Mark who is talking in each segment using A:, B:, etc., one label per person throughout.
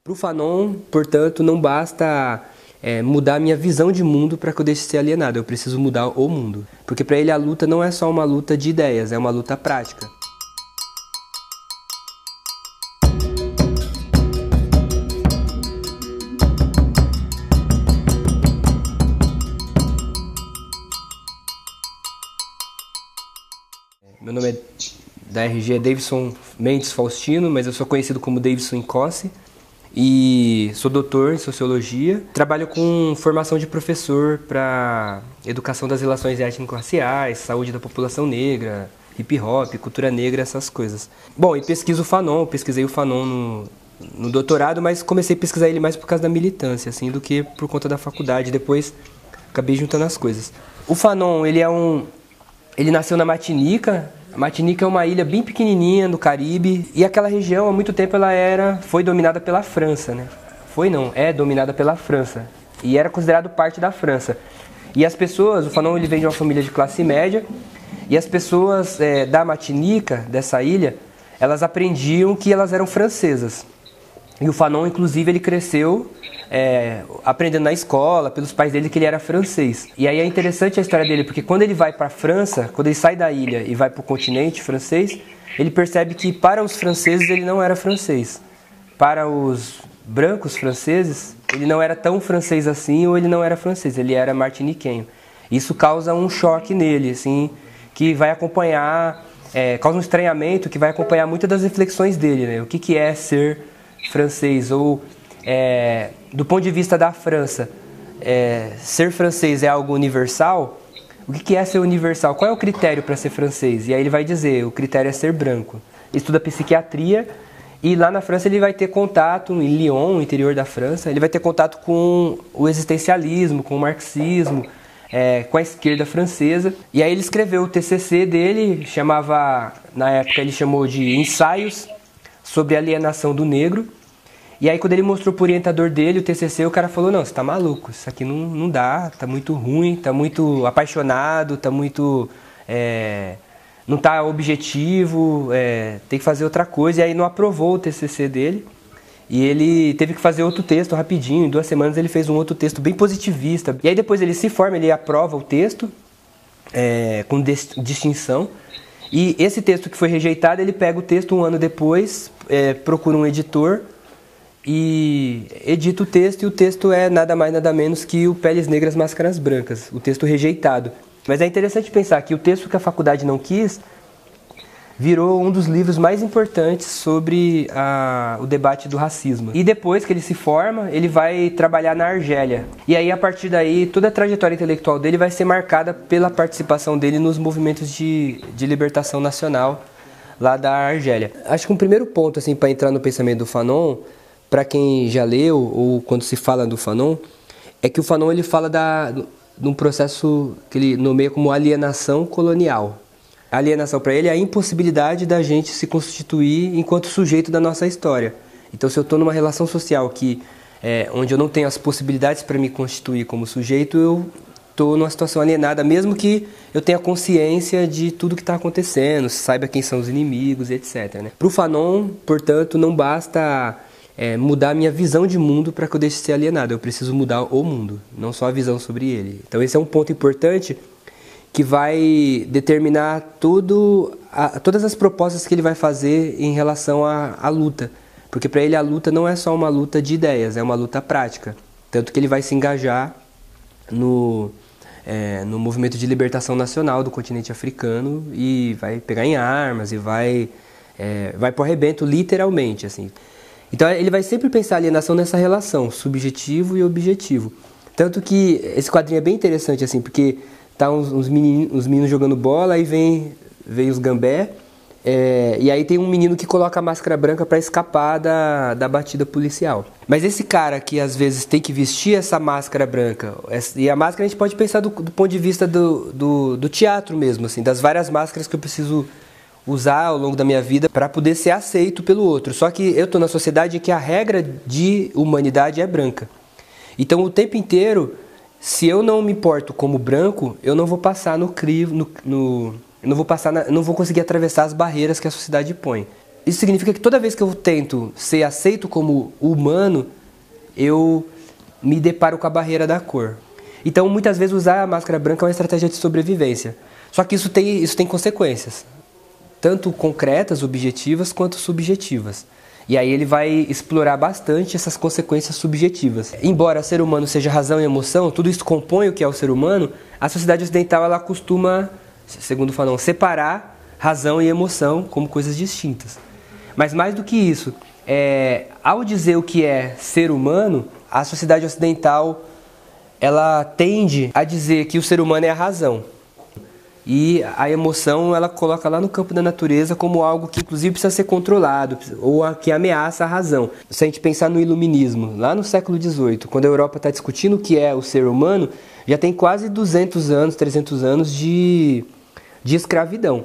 A: Para o Fanon, portanto, não basta mudar a minha visão de mundo para que eu deixe de ser alienado. Eu preciso mudar o mundo. Porque para ele a luta não é só uma luta de ideias, é uma luta prática. Meu nome da RG é Davidson Mendes Faustino, mas eu sou conhecido como Davidson Incossi e sou doutor em Sociologia. Trabalho com formação de professor para educação das relações étnico-raciais, saúde da população negra, hip hop, cultura negra, essas coisas. Bom, e pesquiso o Fanon, pesquisei o Fanon no doutorado, mas comecei a pesquisar ele mais por causa da militância, assim, do que por conta da faculdade. Depois acabei juntando as coisas. O Fanon, ele nasceu na Martinica. A Martinica é uma ilha bem pequenininha no Caribe e aquela região há muito tempo foi dominada pela França, né? É dominada pela França e era considerado parte da França. E as pessoas, o Fanon ele vem de uma família de classe média e as pessoas da Martinica, dessa ilha, elas aprendiam que elas eram francesas. E o Fanon, inclusive, ele cresceu aprendendo na escola, pelos pais dele, que ele era francês. E aí é interessante a história dele, porque quando ele vai para a França, quando ele sai da ilha e vai para o continente francês, ele percebe que para os franceses ele não era francês. Para os brancos franceses, ele não era tão francês assim, ou ele não era francês, ele era martiniquenho. Isso causa um choque nele, assim, que vai acompanhar, causa um estranhamento que vai acompanhar muitas das reflexões dele, né? O que é ser francês, ou do ponto de vista da França, ser francês é algo universal? O que é ser universal? Qual é o critério para ser francês? E aí ele vai dizer, o critério é ser branco. Ele estuda psiquiatria e lá na França ele vai ter contato, em Lyon, no interior da França, ele vai ter contato com o existencialismo, com o marxismo, com a esquerda francesa. E aí ele escreveu o TCC dele, na época ele chamou de Ensaios sobre a Alienação do Negro. E aí quando ele mostrou pro orientador dele o TCC, o cara falou, não, você tá maluco, isso aqui não dá, tá muito ruim, tá muito apaixonado, tá muito... não tá objetivo, tem que fazer outra coisa. E aí não aprovou o TCC dele. E ele teve que fazer outro texto rapidinho, em 2 semanas ele fez um outro texto bem positivista. E aí depois ele se forma, ele aprova o texto, com distinção. E esse texto que foi rejeitado, ele pega o texto 1 ano depois, procura um editor e edita o texto, e o texto é nada mais nada menos que o Peles Negras, Máscaras Brancas, o texto rejeitado. Mas é interessante pensar que o texto que a faculdade não quis virou um dos livros mais importantes sobre o debate do racismo. E depois que ele se forma, ele vai trabalhar na Argélia. E aí, a partir daí, toda a trajetória intelectual dele vai ser marcada pela participação dele nos movimentos de libertação nacional lá da Argélia. Acho que um primeiro ponto, assim, para entrar no pensamento do Fanon, para quem já leu ou quando se fala do Fanon, é que o Fanon ele fala de um processo que ele nomeia como alienação colonial. A alienação para ele é a impossibilidade da gente se constituir enquanto sujeito da nossa história. Então, se eu estou numa relação social onde eu não tenho as possibilidades para me constituir como sujeito, eu estou numa situação alienada, mesmo que eu tenha consciência de tudo que está acontecendo, saiba quem são os inimigos, etc. Para o Fanon, portanto, não basta mudar a minha visão de mundo para que eu deixe de ser alienado. Eu preciso mudar o mundo, não só a visão sobre ele. Então esse é um ponto importante que vai determinar todas as propostas que ele vai fazer em relação à luta. Porque para ele a luta não é só uma luta de ideias, é uma luta prática. Tanto que ele vai se engajar no movimento de libertação nacional do continente africano e vai pegar em armas e vai pro arrebento literalmente, assim. Então ele vai sempre pensar a alienação nessa relação, subjetivo e objetivo. Tanto que esse quadrinho é bem interessante, assim, porque tá uns meninos jogando bola, aí vem os gambé, e aí tem um menino que coloca a máscara branca para escapar da batida policial. Mas esse cara que às vezes tem que vestir essa máscara branca, e a máscara a gente pode pensar do ponto de vista do teatro mesmo, assim, das várias máscaras que eu preciso usar ao longo da minha vida para poder ser aceito pelo outro. Só que eu estou na sociedade em que a regra de humanidade é branca. Então o tempo inteiro, se eu não me porto como branco, eu não vou passar no crivo, eu não vou conseguir atravessar as barreiras que a sociedade põe. Isso significa que toda vez que eu tento ser aceito como humano, eu me deparo com a barreira da cor. Então, muitas vezes, usar a máscara branca é uma estratégia de sobrevivência. Só que isso tem consequências, tanto concretas, objetivas, quanto subjetivas. E aí ele vai explorar bastante essas consequências subjetivas. Embora ser humano seja razão e emoção, tudo isso compõe o que é o ser humano, a sociedade ocidental ela costuma, segundo Fanon, separar razão e emoção como coisas distintas. Mas mais do que isso, ao dizer o que é ser humano, a sociedade ocidental ela tende a dizer que o ser humano é a razão. E a emoção ela coloca lá no campo da natureza como algo que inclusive precisa ser controlado, ou que ameaça a razão. Se a gente pensar no iluminismo, lá no século XVIII, quando a Europa está discutindo o que é o ser humano, já tem quase 200 anos, 300 anos de escravidão.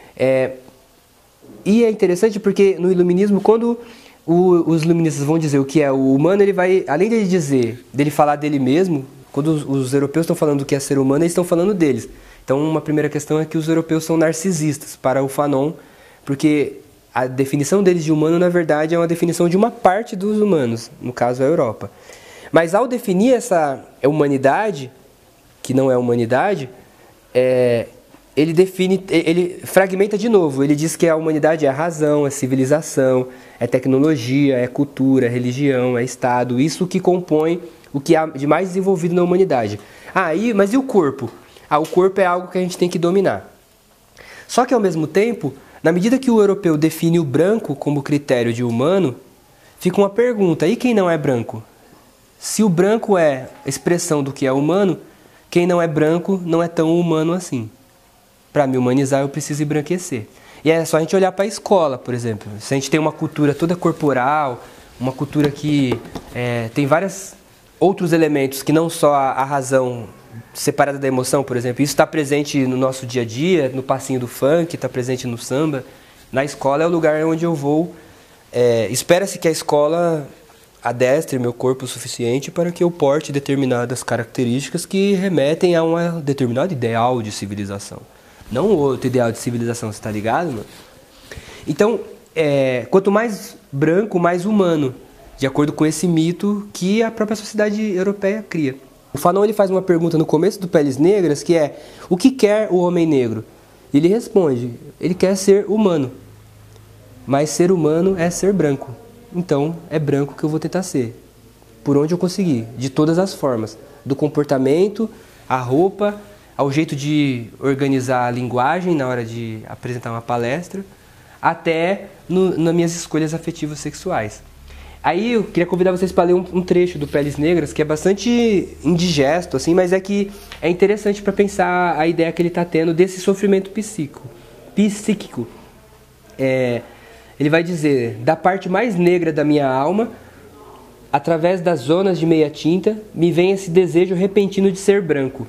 A: E é interessante porque no iluminismo, quando os iluministas vão dizer o que é o humano, ele vai, além dele falar dele mesmo, quando os europeus estão falando do que é ser humano, eles estão falando deles. Então, uma primeira questão é que os europeus são narcisistas para o Fanon, porque a definição deles de humano, na verdade, é uma definição de uma parte dos humanos, no caso a Europa. Mas ao definir essa humanidade, que não é humanidade, ele fragmenta de novo. Ele diz que a humanidade é a razão, é civilização, é tecnologia, é cultura, é religião, é Estado, isso que compõe o que há de mais desenvolvido na humanidade. Mas e o corpo? O corpo é algo que a gente tem que dominar. Só que, ao mesmo tempo, na medida que o europeu define o branco como critério de humano, fica uma pergunta: e quem não é branco? Se o branco é a expressão do que é humano, quem não é branco não é tão humano assim. Para me humanizar, eu preciso embranquecer. E é só a gente olhar para a escola, por exemplo. Se a gente tem uma cultura toda corporal, uma cultura que tem vários outros elementos que não só a razão separada da emoção, por exemplo. Isso está presente no nosso dia a dia, no passinho do funk, está presente no samba. Na escola é o lugar onde eu vou. Espera-se que a escola adestre meu corpo o suficiente para que eu porte determinadas características que remetem a um determinado ideal de civilização. Não outro ideal de civilização, você está ligado, mano? Então, quanto mais branco, mais humano, de acordo com esse mito que a própria sociedade europeia cria. O Fanon ele faz uma pergunta no começo do Peles Negras, que é: o que quer o homem negro? E ele responde: ele quer ser humano. Mas ser humano é ser branco. Então, é branco que eu vou tentar ser. Por onde eu conseguir, de todas as formas. Do comportamento, a roupa, ao jeito de organizar a linguagem na hora de apresentar uma palestra, até nas minhas escolhas afetivas sexuais. Aí eu queria convidar vocês para ler um trecho do Peles Negras, que é bastante indigesto, assim, mas que é interessante para pensar a ideia que ele está tendo desse sofrimento psíquico. Ele vai dizer: da parte mais negra da minha alma, através das zonas de meia tinta, me vem esse desejo repentino de ser branco.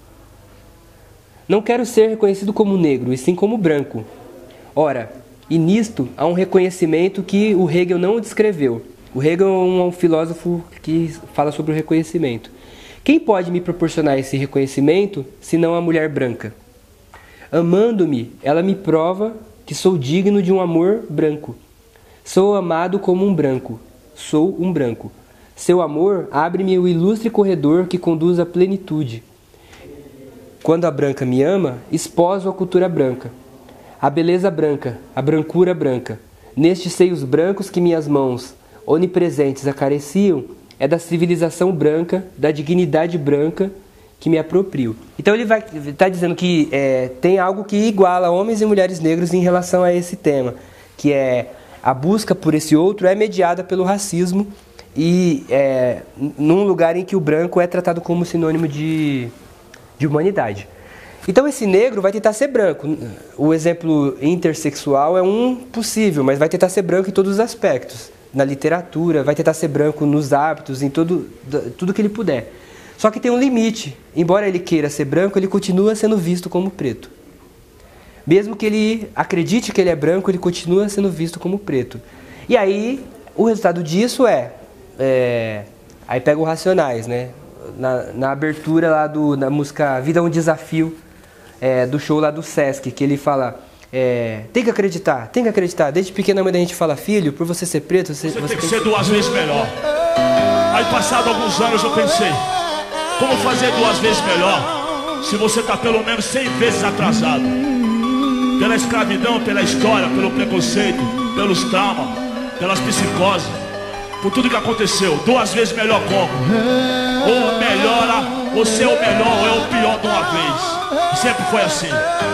A: Não quero ser reconhecido como negro, e sim como branco. Ora, e nisto há um reconhecimento que o Hegel não descreveu. O Hegel é um filósofo que fala sobre o reconhecimento. Quem pode me proporcionar esse reconhecimento, senão a mulher branca? Amando-me, ela me prova que sou digno de um amor branco. Sou amado como um branco. Sou um branco. Seu amor abre-me o ilustre corredor que conduz à plenitude. Quando a branca me ama, esposo a cultura branca. A beleza branca, a brancura branca. Nestes seios brancos que minhas mãos onipresentes acariciam, é da civilização branca, da dignidade branca que me aproprio. Então ele vai estar dizendo que tem algo que iguala homens e mulheres negros em relação a esse tema, que é a busca por esse outro é mediada pelo racismo e num lugar em que o branco é tratado como sinônimo de humanidade. Então esse negro vai tentar ser branco. O exemplo intersexual é um possível, mas vai tentar ser branco em todos os aspectos. Na literatura, vai tentar ser branco nos hábitos, em tudo que ele puder. Só que tem um limite. Embora ele queira ser branco, ele continua sendo visto como preto. Mesmo que ele acredite que ele é branco, ele continua sendo visto como preto. E aí, o resultado disso aí pega o Racionais, né? Na abertura lá da música Vida é um Desafio, do show lá do Sesc, que ele fala: Tem que acreditar, tem que acreditar. Desde pequena a gente fala, filho, por você ser preto, você
B: tem que ser 2 vezes melhor. Aí passado alguns anos eu pensei, como fazer 2 vezes melhor se você está pelo menos 100 vezes atrasado? Pela escravidão, pela história, pelo preconceito, pelos traumas, pelas psicoses, por tudo que aconteceu. 2 vezes melhor como? Ou melhora, ou ser o melhor, ou é o pior de uma vez. E sempre foi assim.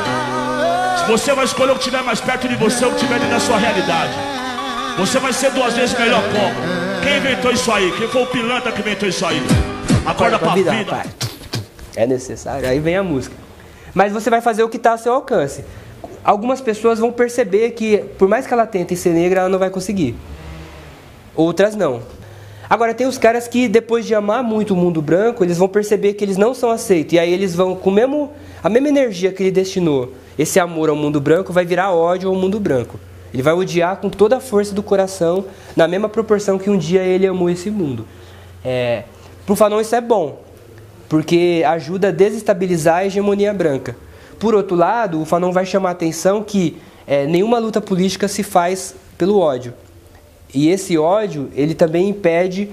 B: Você vai escolher o que estiver mais perto de você, o que estiver dentro da sua realidade. Você vai ser 2 vezes melhor como? Quem inventou isso aí? Quem foi o pilantra que inventou isso aí? Acorda pra vida.
A: Pai. É necessário, aí vem a música. Mas você vai fazer o que está ao seu alcance. Algumas pessoas vão perceber que, por mais que ela tente ser negra, ela não vai conseguir. Outras não. Agora tem os caras que, depois de amar muito o mundo branco, eles vão perceber que eles não são aceitos. E aí eles vão, com a mesma energia que ele destinou esse amor ao mundo branco, vai virar ódio ao mundo branco. Ele vai odiar com toda a força do coração, na mesma proporção que um dia ele amou esse mundo. Pro Fanon isso é bom, porque ajuda a desestabilizar a hegemonia branca. Por outro lado, o Fanon vai chamar a atenção que nenhuma luta política se faz pelo ódio. E esse ódio, ele também impede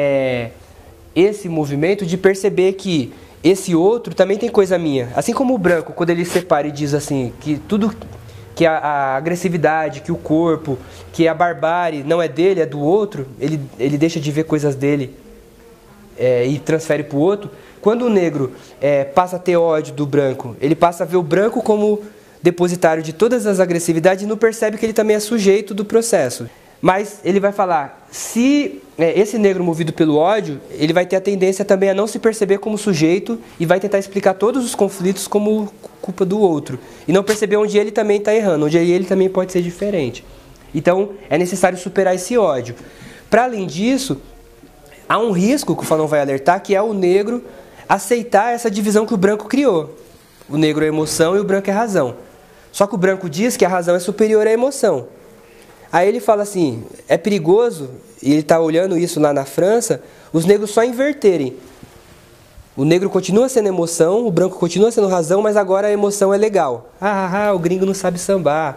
A: esse movimento de perceber que esse outro também tem coisa minha. Assim como o branco, quando ele separa e diz assim, que tudo, que a agressividade, que o corpo, que a barbárie não é dele, é do outro, ele deixa de ver coisas dele e transfere para o outro. Quando o negro passa a ter ódio do branco, ele passa a ver o branco como depositário de todas as agressividades e não percebe que ele também é sujeito do processo. Mas ele vai falar, se esse negro movido pelo ódio, ele vai ter a tendência também a não se perceber como sujeito e vai tentar explicar todos os conflitos como culpa do outro. E não perceber onde ele também está errando, onde ele também pode ser diferente. Então, é necessário superar esse ódio. Para além disso, há um risco que o Fanon vai alertar, que é o negro aceitar essa divisão que o branco criou. O negro é emoção e o branco é razão. Só que o branco diz que a razão é superior à emoção. Aí ele fala assim, é perigoso, e ele está olhando isso lá na França, os negros só inverterem. O negro continua sendo emoção, o branco continua sendo razão, mas agora a emoção é legal. O gringo não sabe sambar.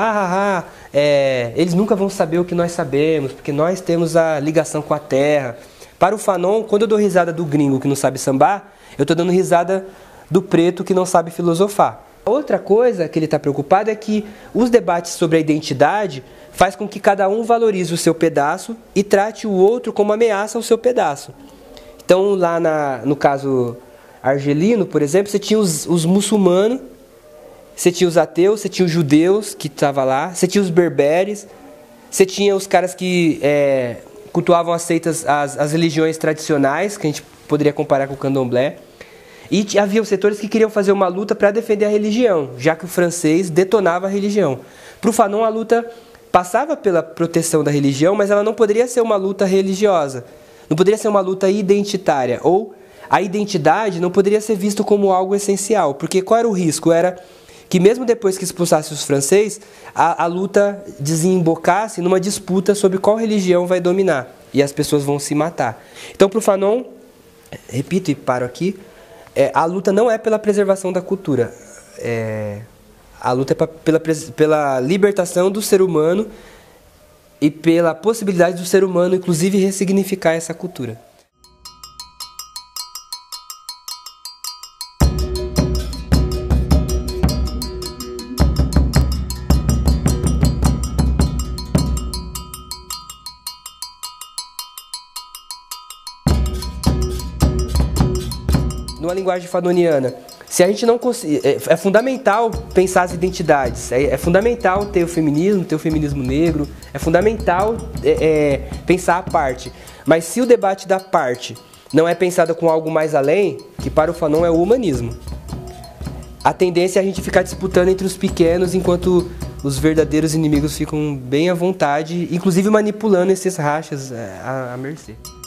A: Eles nunca vão saber o que nós sabemos, porque nós temos a ligação com a terra. Para o Fanon, quando eu dou risada do gringo que não sabe sambar, eu estou dando risada do preto que não sabe filosofar. Outra coisa que ele está preocupado é que os debates sobre a identidade faz com que cada um valorize o seu pedaço e trate o outro como ameaça ao seu pedaço. Então, lá no caso argelino, por exemplo, você tinha os muçulmanos, você tinha os ateus, você tinha os judeus que estavam lá, você tinha os berberes, você tinha os caras que cultuavam as religiões tradicionais, que a gente poderia comparar com o candomblé. E havia os setores que queriam fazer uma luta para defender a religião, já que o francês detonava a religião. Para o Fanon, a luta passava pela proteção da religião, mas ela não poderia ser uma luta religiosa. Não poderia ser uma luta identitária. Ou a identidade não poderia ser vista como algo essencial. Porque qual era o risco? Era que mesmo depois que expulsasse os franceses, a luta desembocasse numa disputa sobre qual religião vai dominar. E as pessoas vão se matar. Então, para o Fanon, repito e paro aqui, a luta não é pela preservação da cultura. A luta é pela libertação do ser humano e pela possibilidade do ser humano, inclusive, ressignificar essa cultura. Numa linguagem fanoniana, se a gente não conseguir, é fundamental pensar as identidades, é fundamental ter o feminismo negro, é fundamental pensar a parte. Mas se o debate da parte não é pensado com algo mais além, que para o Fanon é o humanismo, a tendência é a gente ficar disputando entre os pequenos, enquanto os verdadeiros inimigos ficam bem à vontade, inclusive manipulando esses rachas à mercê.